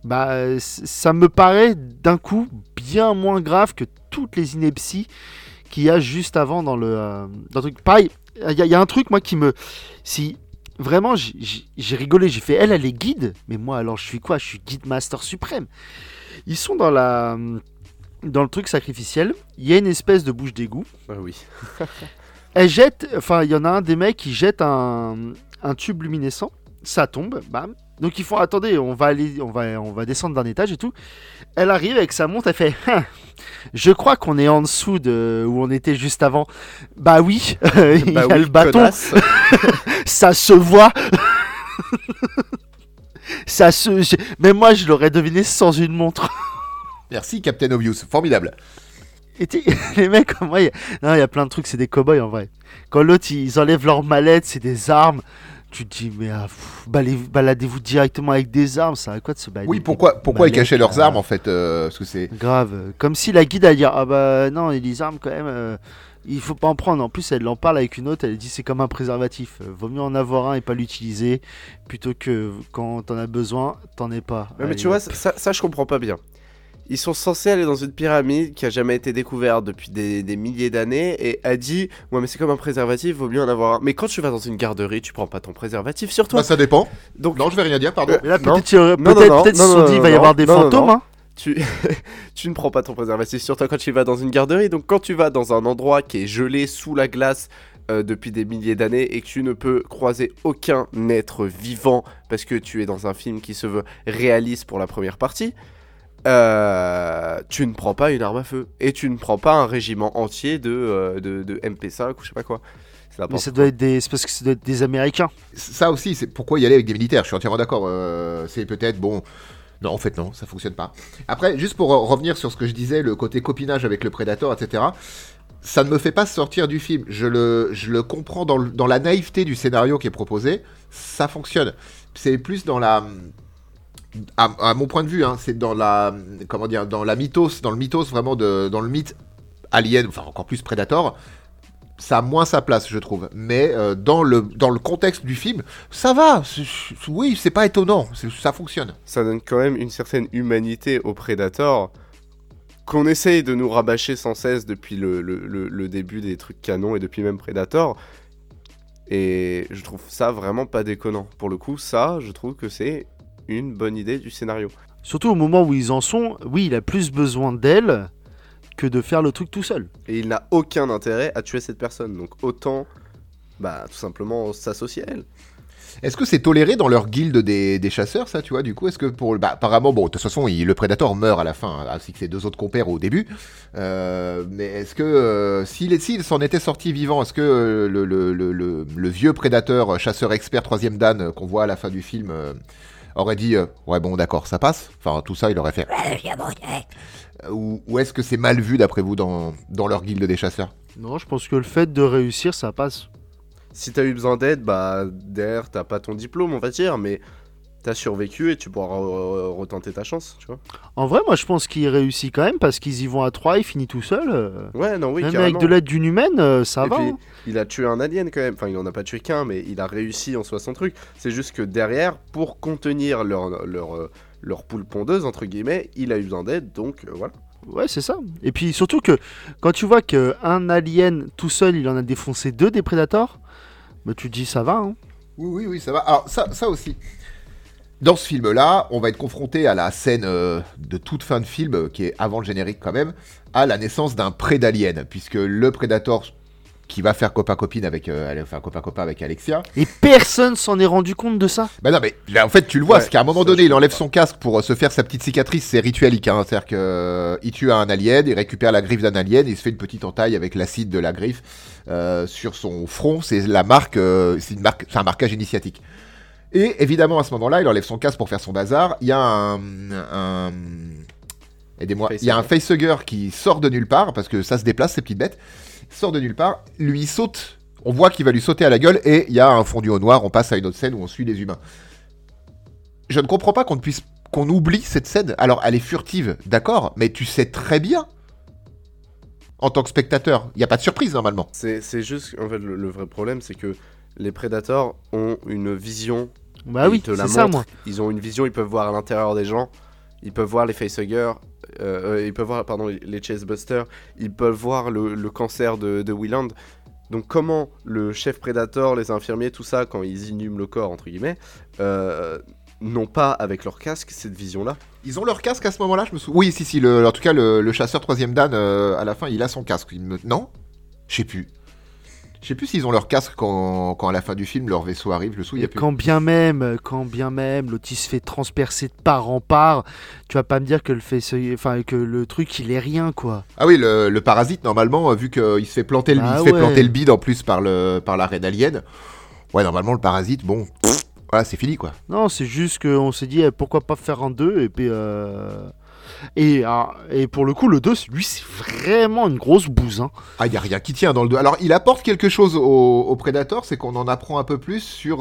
Ça me paraît d'un coup bien moins grave que toutes les inepties qu'il y a juste avant dans le truc. Pareil, il y a un truc moi qui me... Si vraiment j'ai rigolé, j'ai fait elle est guide, mais moi alors je suis quoi? Je suis guide master suprême. Ils sont dans le truc sacrificiel, il y a une espèce de bouche d'égout. Ah oui. Elle jette, il y en a un des mecs qui jette un tube luminescent, ça tombe, bam. Donc ils font attendez, on va descendre d'un étage et tout. Elle arrive avec sa montre, elle fait je crois qu'on est en dessous de où on était juste avant. Bah oui, il y a le bâton. Ça se voit. Même moi je l'aurais deviné sans une montre. Merci Captain Obvious, formidable. Et les mecs, moi, il y a plein de trucs, c'est des cow-boys en vrai. Quand l'autre ils enlèvent leurs mallettes, c'est des armes. Tu te dis, mais baladez-vous directement avec des armes, ça a quoi de se balader? Oui, pourquoi ils cachaient leurs armes en fait parce que c'est grave. Comme si la guide allait dire, ah bah non, les armes quand même, Il faut pas en prendre. En plus, elle en parle avec une autre. Elle dit c'est comme un préservatif. Vaut mieux en avoir un et pas l'utiliser plutôt que quand t'en as besoin, t'en aies pas. Ouais, mais Allez, tu vois, hop. ça je comprends pas bien. Ils sont censés aller dans une pyramide qui a jamais été découverte depuis des milliers d'années et a dit ouais mais c'est comme un préservatif, vaut mieux en avoir un. Mais quand tu vas dans une garderie, tu prends pas ton préservatif sur toi. Bah, ça dépend. Donc Non, je vais rien dire, pardon. Mais là, non. peut-être ils Non, non, peut-être non, se sont non, dit il va y non, avoir des non, non, fantômes. non. Hein. tu ne prends pas ton préservatif sur toi quand tu vas dans une garderie. Donc quand tu vas dans un endroit qui est gelé sous la glace depuis des milliers d'années et que tu ne peux croiser aucun être vivant parce que tu es dans un film qui se veut réaliste pour la première partie, tu ne prends pas une arme à feu et tu ne prends pas un régiment entier de MP5 ou je sais pas quoi. C'est Mais n'importe ça quoi. doit être c'est parce que ça doit être des Américains. Ça aussi, c'est pourquoi y aller avec des militaires. Je suis entièrement d'accord. C'est peut-être bon. Non, en fait, non, ça fonctionne pas. Après, juste pour revenir sur ce que je disais, le côté copinage avec le Predator, etc. Ça ne me fait pas sortir du film. Je le comprends dans la naïveté du scénario qui est proposé. Ça fonctionne. C'est plus dans la. À mon point de vue, hein, c'est dans la. Comment dire, dans la mythos, dans le mythos vraiment dans le mythe Alien, enfin encore plus Predator. Ça a moins sa place, je trouve. Mais dans le contexte du film, ça va. Oui, c'est pas étonnant. Ça fonctionne. Ça donne quand même une certaine humanité au Predator qu'on essaye de nous rabâcher sans cesse depuis le début des trucs canons et depuis même Predator. Et je trouve ça vraiment pas déconnant. Pour le coup, ça, je trouve que c'est une bonne idée du scénario. Surtout au moment où ils en sont, oui, il a plus besoin d'elle que de faire le truc tout seul. Et il n'a aucun intérêt à tuer cette personne. Donc autant, tout simplement s'associer à elle. Est-ce que c'est toléré dans leur guilde des chasseurs, ça, tu vois, du coup? Est-ce que apparemment, bon, de toute façon, le Predator meurt à la fin, hein, ainsi que ses deux autres compères au début. Mais est-ce que, s'il s'en était sorti vivant, est-ce que le vieux Prédateur, chasseur expert, troisième Dan, qu'on voit à la fin du film, aurait dit, ouais, bon, d'accord, ça passe? Enfin, tout ça, il aurait fait... Ou est-ce que c'est mal vu, d'après vous, dans leur guilde des chasseurs? Non, je pense que le fait de réussir, ça passe. Si t'as eu besoin d'aide, derrière t'as pas ton diplôme, on va dire, mais t'as survécu et tu pourras retenter ta chance, tu vois. En vrai, moi, je pense qu'il réussit quand même parce qu'ils y vont à 3, il finit tout seul. Ouais, non, oui, Même carrément. avec de l'aide d'une humaine, ça Et va. puis, Hein. il a tué un alien quand même. Enfin, il en a pas tué qu'un, mais il a réussi en soi son truc. C'est juste que derrière, pour contenir leur poule pondeuse, entre guillemets, il a eu besoin d'aide, donc voilà. Ouais, c'est ça. Et puis surtout que quand tu vois qu'un alien tout seul, il en a défoncé 2 des Predators, bah, tu te dis ça va. Hein. Oui, ça va. Alors, ça aussi. Dans ce film-là, on va être confronté à la scène de toute fin de film, qui est avant le générique quand même, à la naissance d'un prédalien, puisque le Predator qui va faire copain-copine avec, copain-copain avec Alexia. Et personne s'en est rendu compte de ça. Bah non, mais là, en fait, tu le vois, Ouais, c'est qu'à un moment ça, donné, je il enlève comprends son casque pour se faire sa petite cicatrice, c'est rituelique, hein, c'est-à-dire qu'il tue un alien, il récupère la griffe d'un alien, il se fait une petite entaille avec l'acide de la griffe sur son front, c'est la marque, c'est un marquage initiatique. Et évidemment, à ce moment-là, il enlève son casque pour faire son bazar, il y a aidez-moi, il y a un facehugger qui sort de nulle part, parce que ça se déplace, ces petites bêtes, sort de nulle part, lui saute. On voit qu'il va lui sauter à la gueule et il y a un fondu au noir, on passe à une autre scène où on suit les humains. Je ne comprends pas qu'on oublie cette scène. Alors, elle est furtive, d'accord, mais tu sais très bien, en tant que spectateur, il n'y a pas de surprise normalement. C'est juste, en fait, le vrai problème, c'est que les Predators ont une vision. Bah oui, ils te la c'est ça, montrent. moi. Ils ont une vision, ils peuvent voir à l'intérieur des gens, ils peuvent voir les facehuggers, ils peuvent voir, les chasebusters, ils peuvent voir le cancer de Wieland. Donc comment le chef Predator, les infirmiers, tout ça, quand ils inhument le corps, entre guillemets, n'ont pas, avec leur casque, cette vision-là. Ils ont leur casque à ce moment-là, je me souviens. Oui, si, en tout cas, le chasseur troisième Dan, à la fin, il a son casque. Non ? Je sais plus. Je sais plus s'ils ont leur casque quand à la fin du film, leur vaisseau arrive, je me souviens Et plus. quand bien même, l'autre il se fait transpercer de part en part, tu vas pas me dire que que le truc il est rien quoi. Ah oui, le parasite, normalement, vu qu'il se fait planter le bide en plus par la reine alien, ouais, normalement, le parasite, bon, voilà, c'est fini, quoi. Non, c'est juste qu'on s'est dit pourquoi pas faire un 2 et puis et pour le coup le 2 lui c'est vraiment une grosse bouse hein. Ah, il y a rien qui tient dans le 2. Alors, il apporte quelque chose au Predator, c'est qu'on en apprend un peu plus sur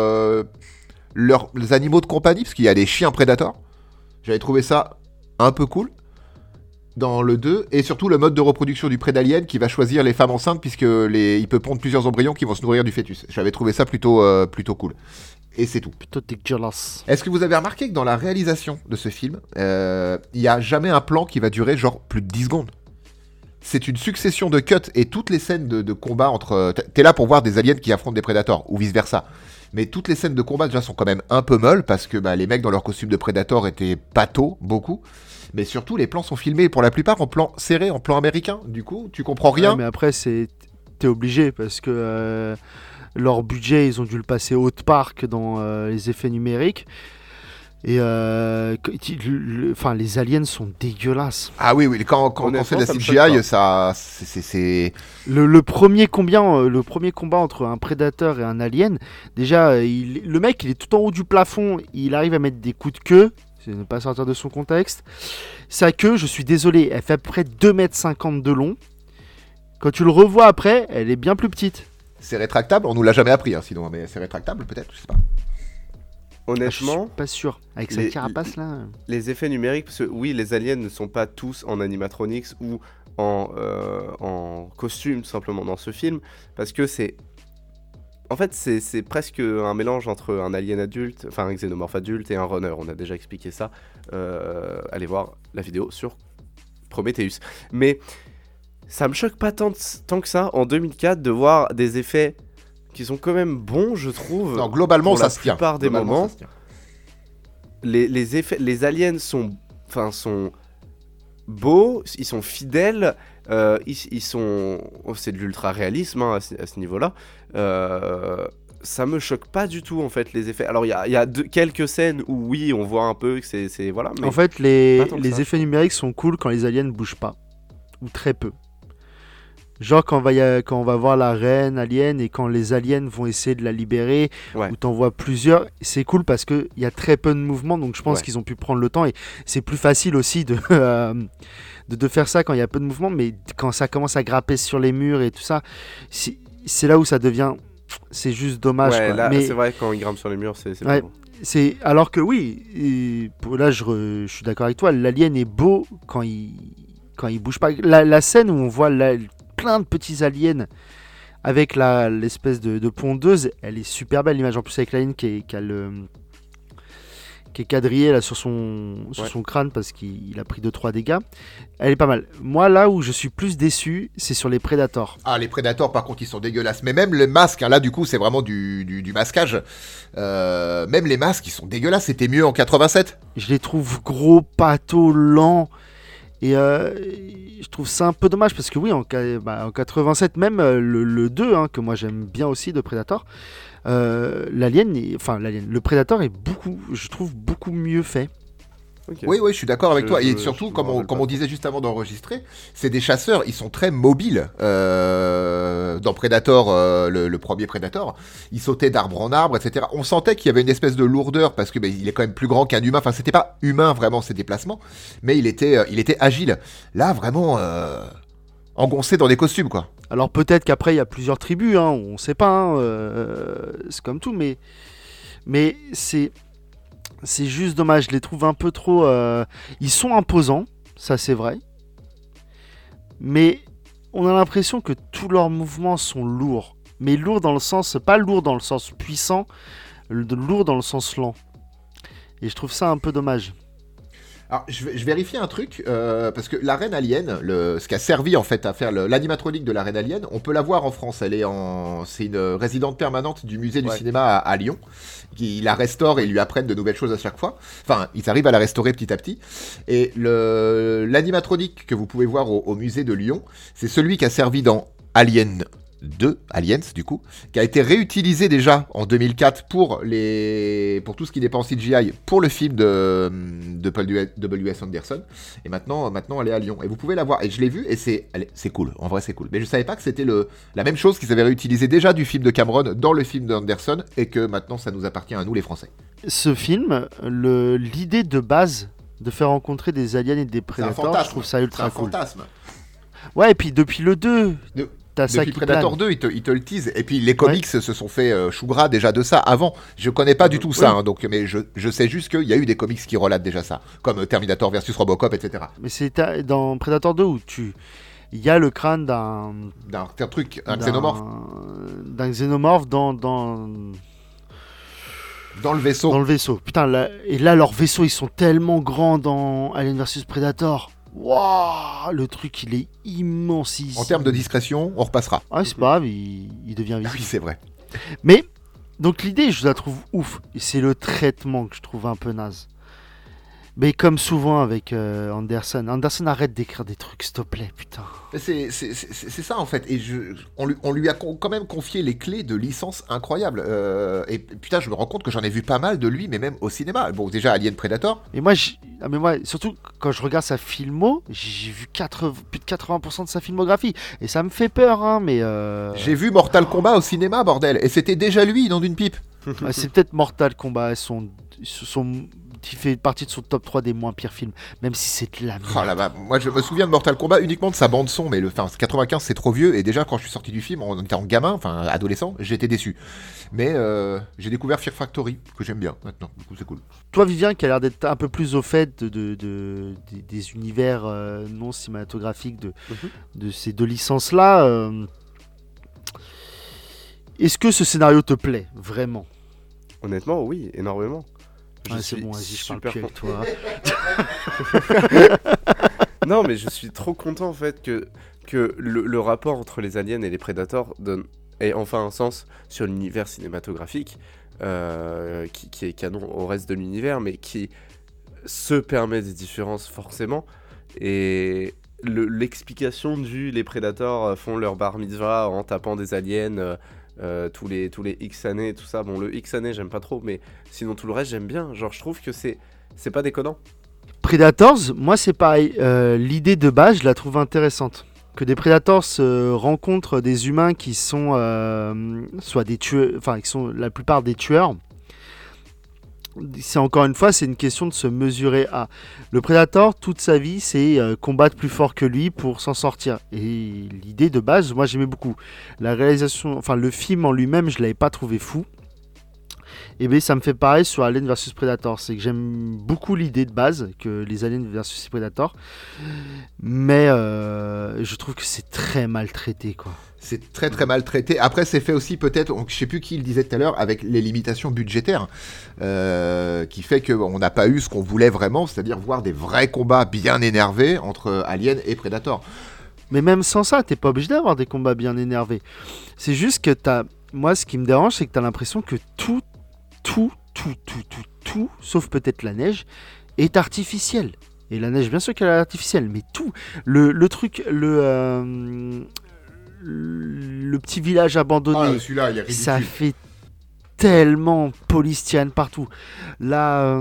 les animaux de compagnie, parce qu'il y a des chiens Predator. J'avais trouvé ça un peu cool. dans le 2, et surtout le mode de reproduction du pré d'alien qui va choisir les femmes enceintes puisque il peut pondre plusieurs embryons qui vont se nourrir du fœtus. J'avais trouvé ça plutôt cool. Et c'est tout. Plutôt dégueulasse. Est-ce que vous avez remarqué que dans la réalisation de ce film, il n'y a jamais un plan qui va durer genre plus de 10 secondes? C'est une succession de cuts et toutes les scènes de combat entre... T'es là pour voir des aliens qui affrontent des prédateurs, ou vice-versa. Mais toutes les scènes de combat déjà sont quand même un peu molles, parce que les mecs dans leur costume de prédateur étaient patos, beaucoup. Mais surtout, les plans sont filmés pour la plupart en plan serré, en plan américain. Du coup, tu comprends rien. Ouais, mais après, t'es obligé, parce que leur budget, ils ont dû le passer haute part dans les effets numériques. Et les aliens sont dégueulasses. Ah oui, quand on fait de la CGI, ça, c'est... Le premier combat entre un prédateur et un alien, déjà, le mec, il est tout en haut du plafond, il arrive à mettre des coups de queue, c'est ne pas sortir de son contexte. Sa queue, je suis désolé, elle fait à peu près 2,50 m de long. Quand tu le revois après, elle est bien plus petite. C'est rétractable, on nous l'a jamais appris, hein, sinon, mais c'est rétractable peut-être, je sais pas. Honnêtement, je suis pas sûr. Avec sa carapace là. Les effets numériques, parce que oui, les aliens ne sont pas tous en animatronics ou en costume simplement dans ce film, parce que c'est presque un mélange entre un alien adulte, enfin un xénomorphe adulte et un runner. On a déjà expliqué ça. Allez voir la vidéo sur Prometheus. Mais ça me choque pas tant que ça en 2004 de voir des effets qui sont quand même bons, je trouve. Non, globalement, ça se tient. La plupart des moments, les aliens sont beaux, ils sont fidèles, ils sont... c'est de l'ultra-réalisme à ce niveau-là. Ça me choque pas du tout, en fait, les effets. Alors, il y a quelques scènes où, oui, on voit un peu que c'est voilà, mais en fait, les effets numériques sont cool quand les aliens bougent pas. Ou très peu. Genre quand on va voir la reine alien et quand les aliens vont essayer de la libérer, ouais. Où t'en vois plusieurs, c'est cool parce qu'il y a très peu de mouvements, donc je pense qu'ils ont pu prendre le temps et c'est plus facile aussi de faire ça quand il y a peu de mouvements, mais quand ça commence à grapper sur les murs et tout ça, c'est là où ça devient... C'est juste dommage. Ouais, quoi. Là, mais c'est vrai, quand ils grimpent sur les murs, c'est ouais, bon. Alors que oui, là je suis d'accord avec toi, l'alien est beau quand il bouge pas. La scène où on voit plein de petits aliens avec l'espèce de pondeuse, elle est super belle l'image, en plus avec l'alien qui est quadrillé là sur son crâne parce qu'il a pris 2-3 dégâts, elle est pas mal. Moi là où je suis plus déçu, c'est sur les Predators. Ah, les Predators par contre ils sont dégueulasses, mais même les masques, hein, là du coup c'est vraiment du masquage, même les masques ils sont dégueulasses, c'était mieux en 87. Je les trouve gros, pâteaux, lents. Et je trouve ça un peu dommage parce que oui, en 87, même le 2, hein, que moi j'aime bien aussi de Predator, le Predator est je trouve beaucoup mieux fait. Okay. Oui, je suis d'accord avec toi. Et surtout, comme on disait juste avant d'enregistrer, c'est des chasseurs, ils sont très mobiles. Dans Predator, le premier Predator, ils sautaient d'arbre en arbre, etc. On sentait qu'il y avait une espèce de lourdeur parce que il est quand même plus grand qu'un humain. Enfin, c'était pas humain vraiment ses déplacements, mais il était agile. Là, vraiment engoncé dans des costumes, quoi. Alors peut-être qu'après il y a plusieurs tribus, hein, on sait pas. Hein, c'est comme tout, mais c'est juste dommage, je les trouve un peu trop... Ils sont imposants, ça c'est vrai. Mais on a l'impression que tous leurs mouvements sont lourds. Mais lourds dans le sens... Pas lourd dans le sens puissant, lourd dans le sens lent. Et je trouve ça un peu dommage. Alors, je vérifie un truc, parce que la reine alien, ce qui a servi en fait à faire l'animatronique de la reine alien, on peut la voir en France. C'est une résidente permanente du musée du cinéma à Lyon. Qui la restaure et lui apprennent de nouvelles choses à chaque fois. Enfin, ils arrivent à la restaurer petit à petit. Et l'animatronique que vous pouvez voir au musée de Lyon, c'est celui qui a servi dans Alien 2, Aliens du coup, qui a été réutilisé déjà en 2004 pour tout ce qui n'est pas en CGI pour le film de Paul W.S. Anderson, et maintenant elle est à Lyon et vous pouvez la voir, et je l'ai vue et c'est cool, en vrai c'est cool, mais je savais pas que c'était la même chose qu'ils avaient réutilisé déjà du film de Cameron dans le film d'Anderson et que maintenant ça nous appartient à nous les Français. Ce film, l'idée de base de faire rencontrer des aliens et des prédateurs, je trouve ça ultra cool. C'est un fantasme. Ouais, et puis depuis le 2... t'as ça Depuis qui Predator plane. 2, ils te le teasent. Et puis les comics se sont fait chou gras déjà de ça avant. Je connais pas du tout ça, Oui. hein, donc, mais je sais juste qu'il y a eu des comics qui relatent déjà ça, comme Terminator versus Robocop, etc. Mais dans Predator 2 où il y a le crâne Un truc, un xénomorphe d'un xénomorphe dans le vaisseau. dans le vaisseau. Putain, et là, leurs vaisseaux, ils sont tellement grands dans Alien vs Predator. Waouh, le truc, il est immense. En termes de discrétion, on repassera. Ah, c'est pas grave, il devient Ah visible. oui, c'est vrai. Mais, donc l'idée, je la trouve ouf. Et c'est le traitement que je trouve un peu naze. Mais comme souvent avec Anderson. Anderson, arrête d'écrire des trucs, s'il te plaît, putain. C'est ça en fait, et on lui a quand même confié les clés de licences incroyables. Et putain, je me rends compte que j'en ai vu pas mal de lui, mais même au cinéma. Bon, déjà Alien Predator. Et moi, surtout quand je regarde sa filmo, j'ai vu plus de 80% de sa filmographie. Et ça me fait peur, hein, mais... J'ai vu Mortal Kombat au cinéma, bordel, et c'était déjà lui, non d'une pipe. c'est peut-être Mortal Kombat, qui fait partie de son top 3 des moins pires films, même si c'est de la merde. Oh là là, moi je me souviens de Mortal Kombat uniquement de sa bande son, mais 95 c'est trop vieux, et déjà quand je suis sorti du film, on était en gamin, enfin adolescent, j'étais déçu. Mais j'ai découvert Fear Factory, que j'aime bien maintenant, du coup c'est cool. Toi, Vivien, qui a l'air d'être un peu plus au fait des univers non cinématographiques de ces deux licences-là, est-ce que ce scénario te plaît, vraiment? Honnêtement, oui, énormément. C'est suis bon, vas-y, je parle super plus avec content. toi. Non, mais je suis trop content en fait que le rapport entre les aliens et les prédateurs ait enfin un sens sur l'univers cinématographique, qui est canon au reste de l'univers, mais qui se permet des différences forcément. Et l'explication les prédateurs font leur bar mitzvah en tapant des aliens tous les X années, tout ça. Bon, le X années, j'aime pas trop, mais sinon tout le reste, j'aime bien. Genre, je trouve que c'est pas déconnant. Predators, moi c'est pareil. L'idée de base, je la trouve intéressante. Que des Predators rencontrent des humains qui sont soit des tueurs, enfin qui sont la plupart des tueurs. C'est encore une fois, c'est une question de se mesurer à. Le Predator, toute sa vie, c'est combattre plus fort que lui pour s'en sortir. Et l'idée de base, moi j'aimais beaucoup. La réalisation, enfin le film en lui-même, je l'avais pas trouvé fou. Et bien ça me fait pareil sur Alien vs Predator, c'est que j'aime beaucoup l'idée de base que les Aliens vs Predator, mais je trouve que c'est très maltraité quoi. C'est très très mal traité. Après, c'est fait aussi peut-être, je sais plus qui le disait tout à l'heure, avec les limitations budgétaires, qui fait qu'on n'a pas eu ce qu'on voulait vraiment, c'est-à-dire voir des vrais combats bien énervés entre Alien et Predator. Mais même sans ça, t'es pas obligé d'avoir des combats bien énervés. C'est juste que moi ce qui me dérange, c'est que t'as l'impression que tout, sauf peut-être la neige, est artificiel. Et la neige, bien sûr qu'elle est artificielle, mais tout, le truc, le petit village abandonné, Celui-là, il est ridicule. ça fait tellement polystyrène partout. La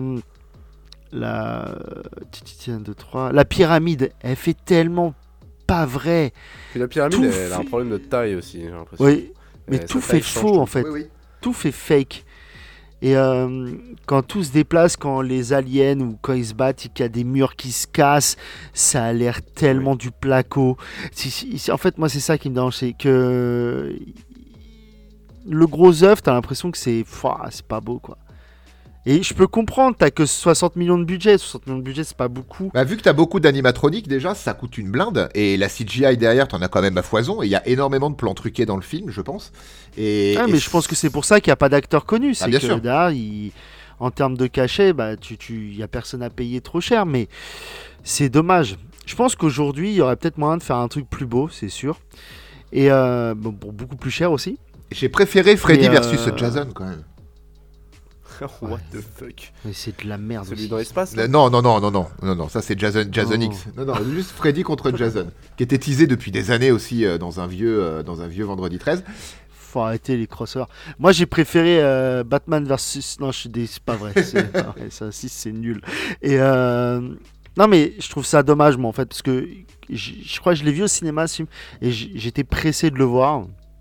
pyramide, elle fait tellement pas vrai. Puis la pyramide, Tout elle a un fait- problème de taille aussi, j'ai l'impression. Oui, mais Sa tout taille fait change faux tout. en fait. Oui, oui. Tout fait fake. Et quand tout se déplace, quand les aliens ou quand ils se battent, qu'il y a des murs qui se cassent, ça a l'air tellement du placo. En fait, moi, c'est ça qui me dérange, c'est que le gros œuf, t'as l'impression que c'est pas beau, quoi. Et je peux comprendre, t'as que 60 millions de budget. 60 millions de budget, c'est pas beaucoup. Bah, vu que t'as beaucoup d'animatroniques déjà, ça coûte une blinde, et la CGI derrière, t'en as quand même à foison, et il y a énormément de plans truqués dans le film, je pense. Mais je pense que c'est pour ça qu'il n'y a pas d'acteurs connus. C'est bien que sûr. derrière, en termes de cachet, il n'y a personne à payer trop cher, mais c'est dommage. Je pense qu'aujourd'hui, il y aurait peut-être moyen de faire un truc plus beau, c'est sûr. Et pour beaucoup plus cher aussi. J'ai préféré Freddy Et, versus Jason quand même. What the fuck. Mais c'est de la merde Celui aussi. dans l'espace là Non, ça c'est Jason Non. X. Non, juste Freddy contre Jason, qui était teasé depuis des années aussi dans un vieux Vendredi 13. Faut arrêter les crossovers. Moi, j'ai préféré Batman versus... Non, c'est pas vrai. Ça, si, c'est nul. Et non, mais je trouve ça dommage, moi, en fait, parce que je crois que je l'ai vu au cinéma, ce film, et j'étais pressé de le voir.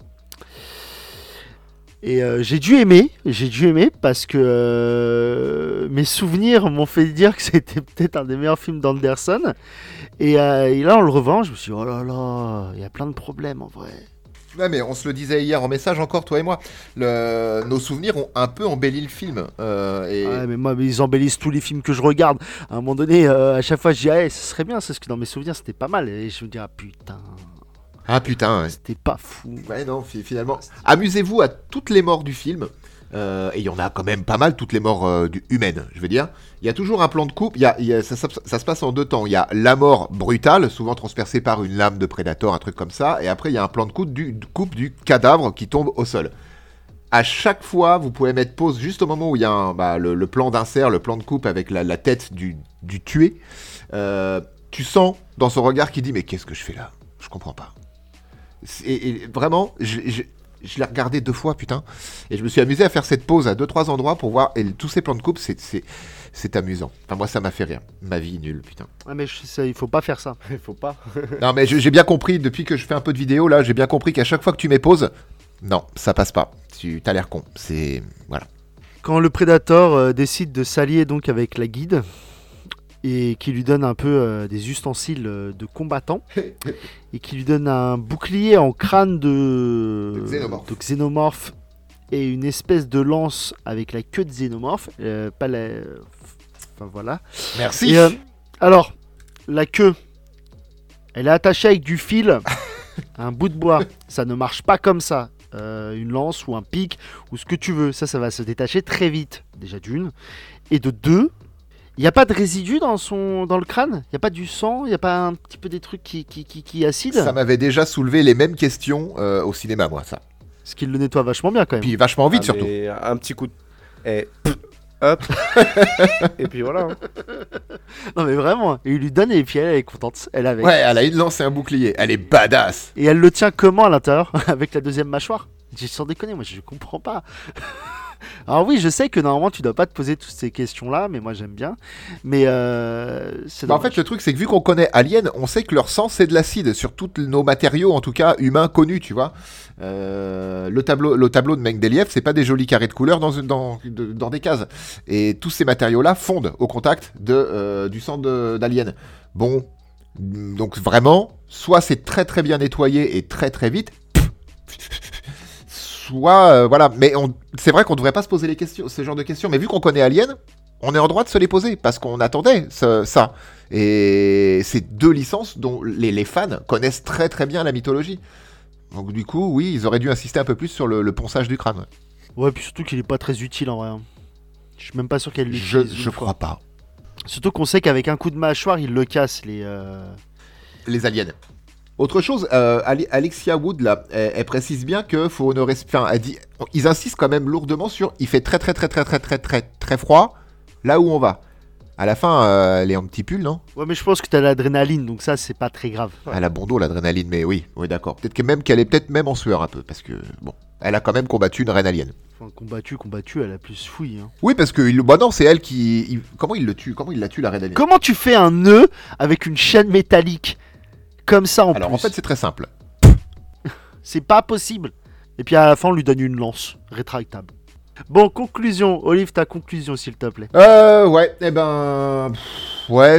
Et j'ai dû aimer parce que mes souvenirs m'ont fait dire que c'était peut-être un des meilleurs films d'Anderson. Et là, en le revend, je me suis dit, oh là là, il y a plein de problèmes en vrai. Ouais, mais on se le disait hier en message encore, toi et moi. Nos souvenirs ont un peu embelli le film. Ouais, mais moi, ils embellissent tous les films que je regarde. À un moment donné, à chaque fois, je dis, ah, ce serait bien, c'est ce que dans mes souvenirs, c'était pas mal. Et je me dis, ah putain, Ah putain, ouais. c'était pas fou. Ouais, non, finalement. Amusez-vous à toutes les morts du film. Et il y en a quand même pas mal, toutes les morts humaines, je veux dire. Il y a toujours un plan de coupe. Ça se passe en 2 temps. Il y a la mort brutale, souvent transpercée par une lame de Predator, un truc comme ça. Et après, il y a un plan de coupe du cadavre qui tombe au sol. À chaque fois, vous pouvez mettre pause juste au moment où il y a le plan d'insert, le plan de coupe avec la tête du tué. Tu sens dans son regard qu'il dit « Mais qu'est-ce que je fais là ? Je comprends pas. » Et vraiment, je l'ai regardé 2 fois, putain. Et je me suis amusé à faire cette pause à 2-3 endroits pour voir. Et tous ces plans de coupe, c'est amusant. Enfin, moi, ça m'a fait rire. Ma vie nulle, putain. Ouais, mais il faut pas faire ça. Il faut pas. Non, mais j'ai bien compris, depuis que je fais un peu de vidéo, là, j'ai bien compris qu'à chaque fois que tu mets pause, non, ça passe pas. T'as l'air con. C'est. Voilà. Quand le Predator décide de s'allier donc avec la guide et qui lui donne un peu des ustensiles de combattant et qui lui donne un bouclier en crâne de xénomorphe et une espèce de lance avec la queue de xénomorphe, pas la... Enfin voilà. Merci. Et, alors, la queue, elle est attachée avec du fil à un bout de bois. Ça ne marche pas comme ça. Une lance ou un pic ou ce que tu veux. Ça va se détacher très vite. Déjà d'une. Et de 2, il n'y a pas de résidus dans le crâne. Il n'y a pas du sang. Il n'y a pas un petit peu des trucs qui est acide. Ça m'avait déjà soulevé les mêmes questions au cinéma, moi, ça. Ce qui le nettoie vachement bien quand même. Puis vachement vite surtout. Un petit coup de... hop. Et puis voilà. Non mais vraiment. Et il lui donne et puis elle est contente. Elle avec. Ouais, elle a une lance et un bouclier. Elle est badass. Et elle le tient comment à l'intérieur avec la deuxième mâchoire? Sans déconner, moi je comprends pas. Alors oui, je sais que normalement tu dois pas te poser toutes ces questions-là, mais moi j'aime bien. Mais c'est en fait, le truc c'est que vu qu'on connaît Alien, on sait que leur sang c'est de l'acide sur tous nos matériaux, en tout cas humains connus, tu vois. Le tableau de Mendeleïev, c'est pas des jolis carrés de couleurs dans des cases. Et tous ces matériaux-là fondent au contact du sang d'Alien. Bon, donc vraiment, soit c'est très très bien nettoyé et très très vite. Soit, voilà, mais c'est vrai qu'on devrait pas se poser ce genre de questions, mais vu qu'on connaît Alien, on est en droit de se les poser, parce qu'on attendait ça. Et c'est 2 licences dont les fans connaissent très très bien la mythologie. Donc du coup, oui, ils auraient dû insister un peu plus sur le ponçage du crâne. Ouais, puis surtout qu'il est pas très utile en vrai. Je suis même pas sûr qu'elle l'utilise. Je crois pas. Surtout qu'on sait qu'avec un coup de mâchoire, il le casse, les aliens. Autre chose, Alexia Wood, là, elle précise bien que faut honorer... Enfin, elle dit... Ils insistent quand même lourdement sur... Il fait très très très très très très très très froid là où on va. À la fin, elle est en petit pull, non? Ouais, mais je pense que t'as l'adrénaline, donc ça, c'est pas très grave. Ouais. Elle a bon dos, l'adrénaline, mais oui, d'accord. Peut-être qu'elle est peut-être même en sueur un peu, parce que, bon, elle a quand même combattu une reine alien. Enfin, combattu, elle a plus fouille. Hein. Oui, parce que, non, c'est elle qui... Comment il le tue? Comment il la tue, la reine alien? Comment tu fais un nœud avec une chaîne métallique comme ça en plus? Alors, en fait, c'est très simple. C'est pas possible. Et puis, à la fin, on lui donne une lance rétractable. Bon, conclusion. Olive, ta conclusion, s'il te plaît. Ouais, ouais.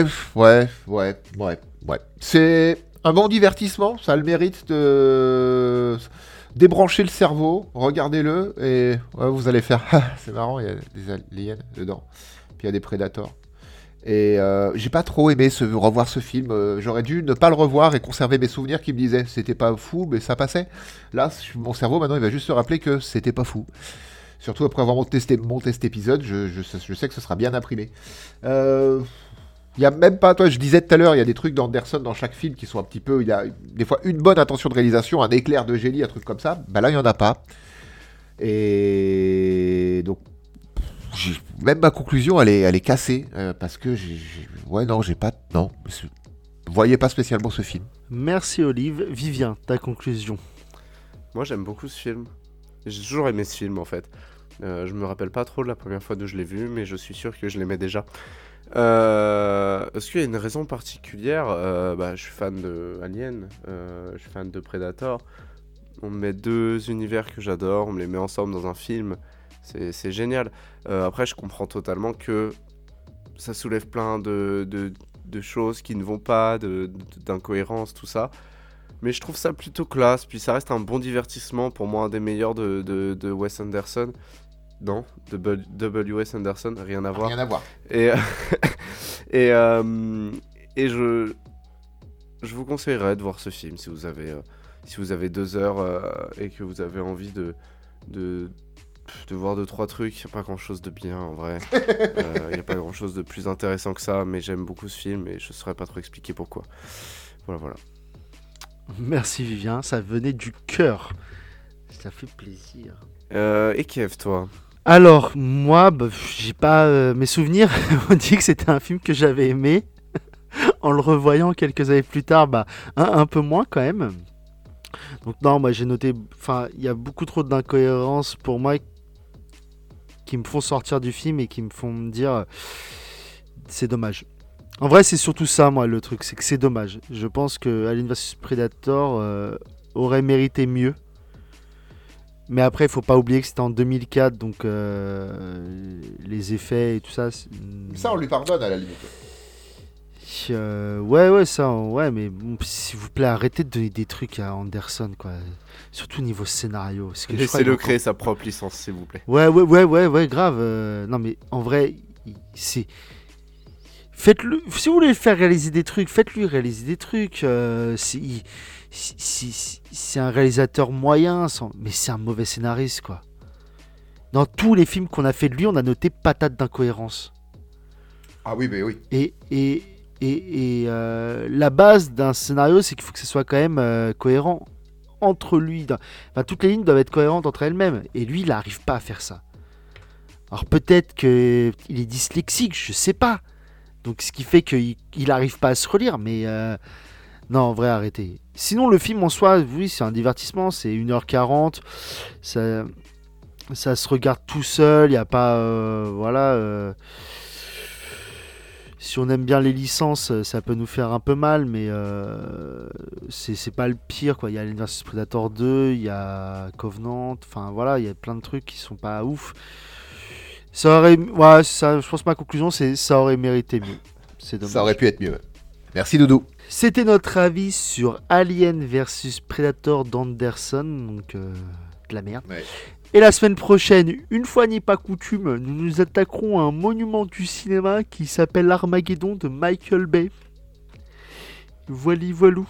C'est un bon divertissement, ça a le mérite de débrancher le cerveau, regardez-le, et ouais, vous allez faire, c'est marrant, il y a des aliens dedans, puis il y a des prédateurs. Et j'ai pas trop aimé revoir ce film, j'aurais dû ne pas le revoir et conserver mes souvenirs qui me disaient, c'était pas fou, mais ça passait. Là, mon cerveau, maintenant, il va juste se rappeler que c'était pas fou. Surtout après avoir monté cet épisode, je sais que ce sera bien imprimé. Il y a même pas, toi je disais tout à l'heure, il y a des trucs d'Anderson dans chaque film qui sont un petit peu, il y a des fois une bonne intention de réalisation, un éclair de génie, un truc comme ça. Bah là il y en a pas. Et donc même ma conclusion elle est cassée parce que voyez pas spécialement ce film. Merci Olive. Vivien, ta conclusion. Moi j'aime beaucoup ce film. J'ai toujours aimé ce film en fait. Je me rappelle pas trop de la première fois où je l'ai vu, mais je suis sûr que je l'aimais déjà. Est-ce qu'il y a une raison particulière? Je suis fan de Alien, je suis fan de Predator. On me met 2 univers que j'adore, on me les met ensemble dans un film. C'est génial. Après, je comprends totalement que ça soulève plein de choses qui ne vont pas, d'incohérences, tout ça. Mais je trouve ça plutôt classe, puis ça reste un bon divertissement, pour moi un des meilleurs de Wes Anderson. Non, de W.S. Anderson, rien à voir. Rien à voir. Et, et, et je vous conseillerais de voir ce film si vous avez 2 heures et que vous avez envie de voir 2-3 trucs. Il n'y a pas grand chose de bien en vrai. Il n'y a pas grand chose de plus intéressant que ça, mais j'aime beaucoup ce film et je ne saurais pas trop expliquer pourquoi. Voilà. Merci Vivien, ça venait du cœur. Ça fait plaisir. Et Kev, toi? Alors, moi, j'ai pas mes souvenirs. On dit que c'était un film que j'avais aimé. En le revoyant quelques années plus tard, un peu moins quand même. Donc non, moi j'ai noté, enfin, il y a beaucoup trop d'incohérences pour moi qui me font sortir du film et qui me font me dire c'est dommage. En vrai, c'est surtout ça, moi, le truc, c'est que c'est dommage. Je pense que Alien vs Predator aurait mérité mieux. Mais après, il faut pas oublier que c'était en 2004, donc les effets et tout ça. Ça, on lui pardonne à la limite. Ouais, mais bon, s'il vous plaît, arrêtez de donner des trucs à Anderson, quoi. Surtout niveau scénario. Laissez-le créer sa propre licence, s'il vous plaît. Ouais, grave. Non, mais en vrai, c'est. Faites-le. Si vous voulez le faire réaliser des trucs, faites-lui réaliser des trucs. C'est un réalisateur moyen, mais c'est un mauvais scénariste, quoi. Dans tous les films qu'on a fait de lui, on a noté patate d'incohérence. Ah oui, mais oui. Et la base d'un scénario, c'est qu'il faut que ce soit quand même cohérent entre lui. Enfin, toutes les lignes doivent être cohérentes entre elles-mêmes. Et lui, il n'arrive pas à faire ça. Alors peut-être qu'il est dyslexique, je sais pas. Donc ce qui fait qu'il n'arrive pas à se relire. Mais non, en vrai, arrêtez. Sinon, le film en soi, oui, c'est un divertissement. C'est 1h40. Ça se regarde tout seul. Il n'y a pas... si on aime bien les licences, ça peut nous faire un peu mal, mais c'est pas le pire, quoi. Il y a Alien vs Predator 2, il y a Covenant, enfin voilà, il y a plein de trucs qui sont pas ouf. Je pense que ma conclusion, c'est ça aurait mérité mieux. C'est dommage. Ça aurait pu être mieux. Merci Doudou. C'était notre avis sur Alien vs Predator d'Anderson, donc de la merde. Ouais. Et la semaine prochaine, une fois n'est pas coutume, nous nous attaquerons à un monument du cinéma qui s'appelle Armageddon de Michael Bay. Voilou.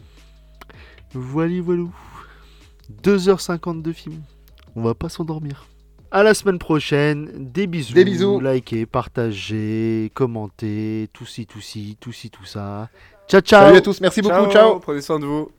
2h50 de film. On va pas s'endormir. À la semaine prochaine. Des bisous. Des bisous. Likez, partagez, commentez. Tout ça. Ciao. Salut à tous, merci beaucoup, ciao. Prenez soin de vous.